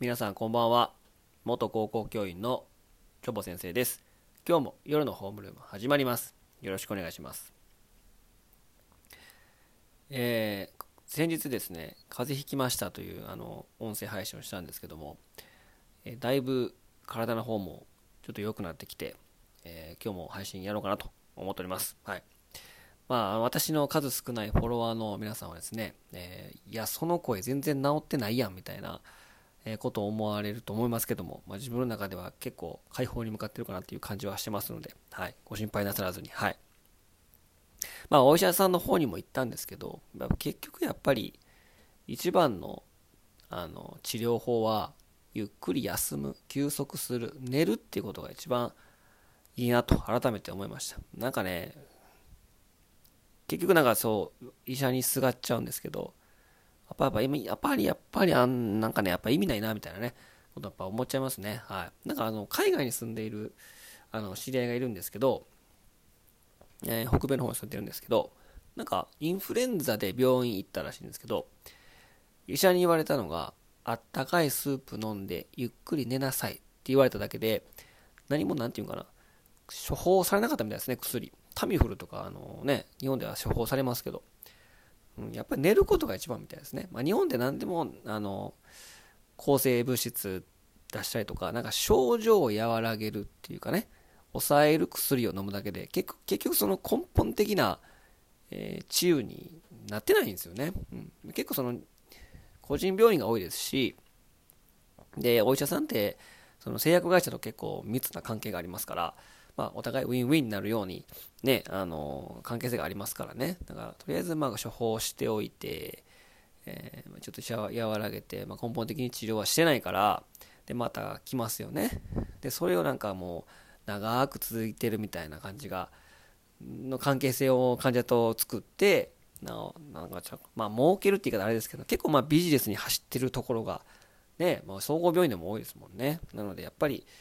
皆さんこんばんは。元高校教員のチョボ先生です。今日も夜のホームルーム始まります。よろしくお願いします。先日ですね、風邪ひきましたという音声配信をしたんですけども、だいぶ体の方もちょっと良くなってきて、今日も配信やろうかなと思っております。はい。私の数少ないフォロワーの皆さんはですね、いや、その声全然治ってないやんみたいなことを思われると思いますけども、自分の中では結構解放に向かってるかなっていう感じはしてますので、はい、ご心配なさらずに、はい。お医者さんの方にも行ったんですけど、結局やっぱり一番の、治療法は、ゆっくり休む、休息する、寝るっていうことが一番いいなと改めて思いました。なんかね、結局医者にすがっちゃうんですけど、やっぱりなんかね、やっぱ意味ないなみたいなね、ことやっぱ思っちゃいますね。はい。海外に住んでいる知り合いがいるんですけど、北米の方に住んでるんですけど、インフルエンザで病院行ったらしいんですけど、医者に言われたのが、あったかいスープ飲んでゆっくり寝なさいって言われただけで、何もなんていうかな、処方されなかったみたいですね、薬。タミフルとか日本では処方されますけど、やっぱり寝ることが一番みたいですね。日本で何でも抗生物質出したりとか、症状を和らげるっていうかね、抑える薬を飲むだけで結局その根本的な、治癒になってないんですよね。結構個人病院が多いですし、でお医者さんってその製薬会社と結構密な関係がありますから、お互いウィンウィンになるようにね、関係性がありますからね。だからとりあえず処方しておいて、ちょっと和らげて、根本的に治療はしてないから、でまた来ますよね。でそれをもう長く続いてるみたいな感じの関係性を患者と作って、儲けるって言い方あれですけど、結構ビジネスに走ってるところがね、総合病院でも多いですもんね。なのでやっぱり、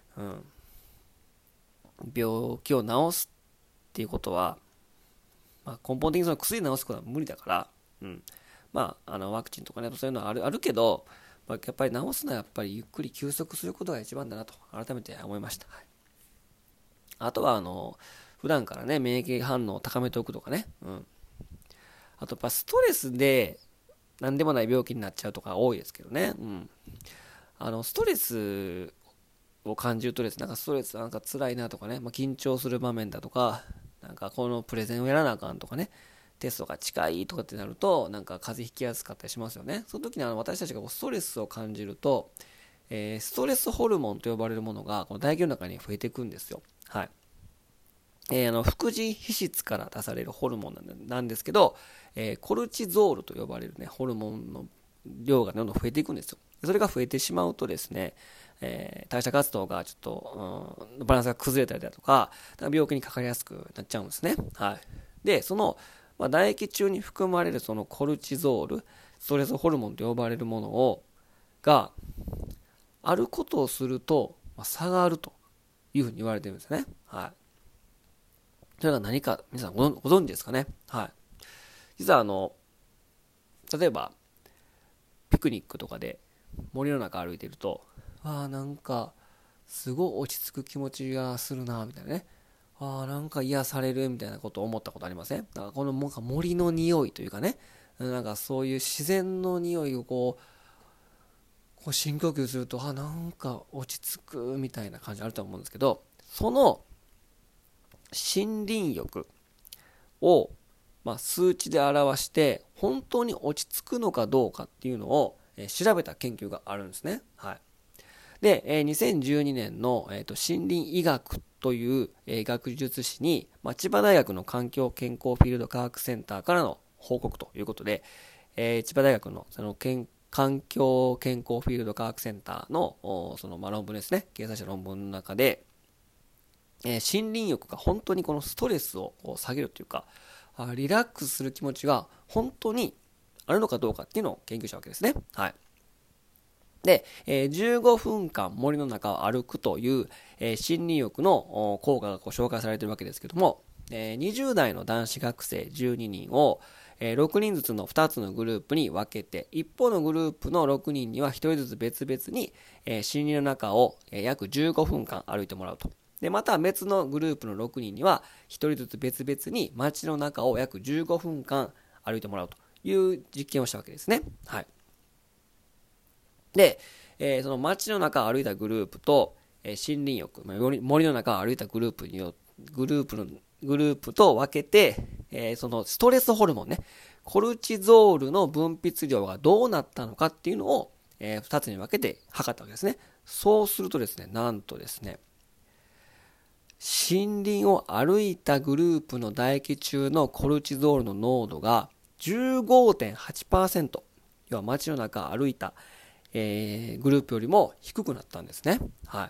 病気を治すっていうことは、根本的にその薬で治すことは無理だから、ワクチンとかね、そういうのはあるけど、やっぱり治すのはやっぱりゆっくり休息することが一番だなと改めて思いました。はい、あとは普段からね、免疫反応を高めておくとかね、あとやっぱストレスで何でもない病気になっちゃうとか多いですけどね、ストレスを感じるとですね、ストレス辛いなとかね、緊張する場面だとか、このプレゼンをやらなあかんとかね、テストが近いとかってなると、風邪ひきやすかったりしますよね。その時に私たちがストレスを感じると、ストレスホルモンと呼ばれるものがこの唾液の中に増えていくんですよ。はい。副次皮質から出されるホルモンなんですけど、コルチゾールと呼ばれるね、ホルモンの量がどんどん増えていくんですよ。それが増えてしまうとですね、代謝活動がちょっと、バランスが崩れたりだとか、病気にかかりやすくなっちゃうんですね。はい。で、唾液中に含まれるそのコルチゾール、ストレスホルモンと呼ばれるものがあることをすると、下がるというふうに言われてるんですね。はい。それが何か皆さんご存知ですかね。はい。実は例えばピクニックとかで森の中歩いてると、すごい落ち着く気持ちがするなみたいなね。癒されるみたいなことを思ったことありません？この森の匂いというかね、そういう自然の匂いをこう深呼吸すると落ち着くみたいな感じあると思うんですけど、その森林浴を、数値で表して本当に落ち着くのかどうかっていうのを、調べた研究があるんですね。はい。で、2012年の、森林医学という、学術誌に、千葉大学の環境健康フィールド科学センターからの報告ということで、千葉大学の環境健康フィールド科学センターの論文ですね、掲載した論文の中で、森林浴が本当にこのストレスを下げるというか、リラックスする気持ちが本当にあるのかどうかっていうのを研究したわけですね。はい。で、15分間森の中を歩くという、森林浴の効果が紹介されているわけですけども、20代の男子学生12人を、 6人ずつの2つのグループに分けて、一方のグループの6人には1人ずつ別々に、森林の中を約15分間歩いてもらうと。で、また別のグループの6人には1人ずつ別々に街の中を約15分間歩いてもらうという実験をしたわけですね。はい。で、その街の中を歩いたグループと、森林浴、森の中を歩いたグループと分けて、そのストレスホルモンね、コルチゾールの分泌量がどうなったのかっていうのを、2つに分けて測ったわけですね。そうするとですね、なんとですね、森林を歩いたグループの唾液中のコルチゾールの濃度が 15.8%、要は街の中を歩いた、グループよりも低くなったんですね。はい。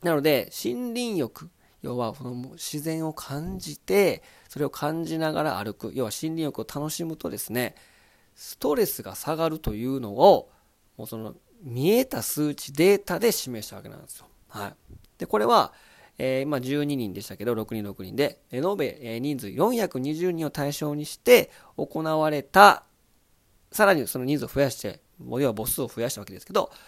なので、森林浴、要はこの自然を感じて、それを感じながら歩く、要は森林浴を楽しむとですね、ストレスが下がるというのを、もうその見えた数値データで示したわけなんですよ。はい。で、これは、12人でしたけど、6人6人で、延べ人数420人を対象にして行われた、さらにその人数を増やして、要は母数を増やしたわけですけど、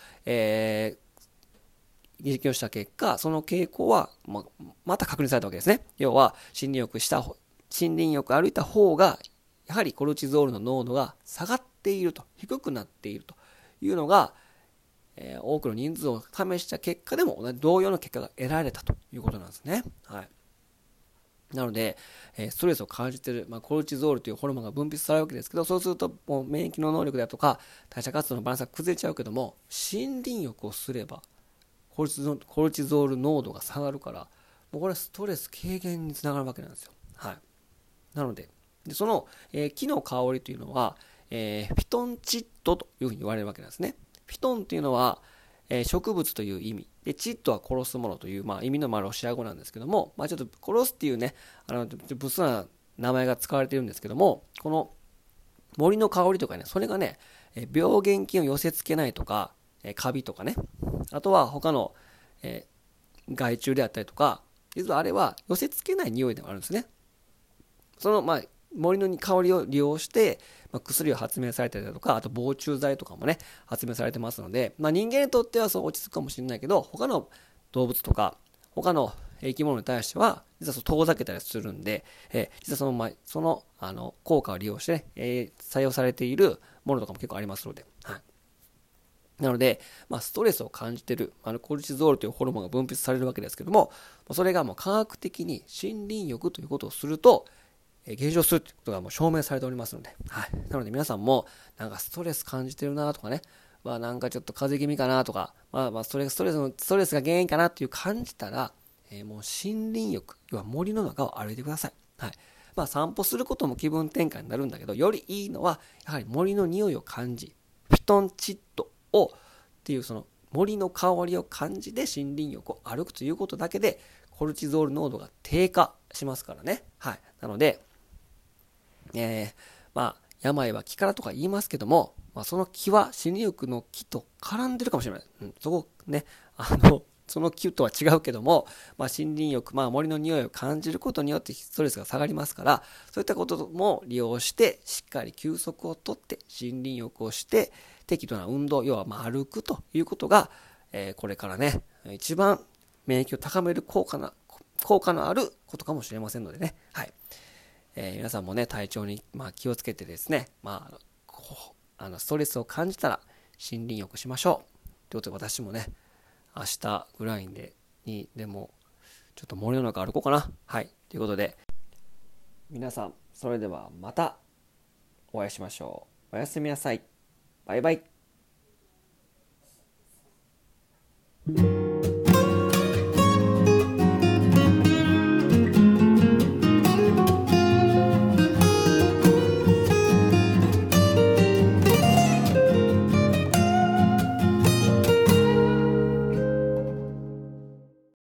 実験をした結果、その傾向はまた確認されたわけですね。要は森林浴歩いた方がやはりコルチゾールの濃度が下がっていると、低くなっているというのが、多くの人数を試した結果でも同様の結果が得られたということなんですね。はい。なので、ストレスを感じている、コルチゾールというホルモンが分泌されるわけですけど、そうするともう免疫の能力だとか代謝活動のバランスが崩れちゃうけども、森林浴をすればコルチゾール濃度が下がるから、もうこれはストレス軽減につながるわけなんですよ。はい。なので、その、木の香りというのは、フィトンチッドというふうに言われるわけなんですね。フィトンというのは、植物という意味で、チッドは殺すものという、意味のロシア語なんですけども、ちょっと殺すっていうね、物騒な名前が使われているんですけども、この森の香りとかね、それがね、病原菌を寄せ付けないとか、カビとかね、あとは他の、害虫であったりとか、実はあれは寄せ付けない匂いでもあるんですね。その森の香りを利用して、薬を発明されたりだとか、あと防虫剤とかもね発明されてますので、人間にとってはそう落ち着くかもしれないけど、他の動物とか他の生き物に対しては実は遠ざけたりするんで、実はその効果を利用して、採用されているものとかも結構ありますので、はい。なので、ストレスを感じているコルチゾールというホルモンが分泌されるわけですけども、それがもう科学的に森林浴ということをすると減少するということがもう証明されておりますので、はい。なので皆さんもなんかストレス感じてるなとかね、なんかちょっと風邪気味かなとか、それがストレスが原因かなっていう感じたら、もう森林浴、要は森の中を歩いてください。はい。散歩することも気分転換になるんだけど、よりいいのはやはり森の匂いを感じ、フィトンチッドっていうその森の香りを感じで森林浴を歩くということだけでコルチゾール濃度が低下しますからね。はい。なので、病は気からとか言いますけども、その気は森林浴の気と絡んでるかもしれない。そこね、その気とは違うけども、森林浴、森の匂いを感じることによってストレスが下がりますから、そういったことも利用して、しっかり休息をとって、森林浴をして、適度な運動、要は歩くということが、これからね、一番免疫を高める効果のあることかもしれませんのでね。はい。皆さんもね、体調に気をつけてですね、ストレスを感じたら森林浴しましょう。ということで私もね、明日ぐらいでもちょっと森の中歩こうかな。はい。ということで、皆さん、それではまたお会いしましょう。おやすみなさい。バイバイ。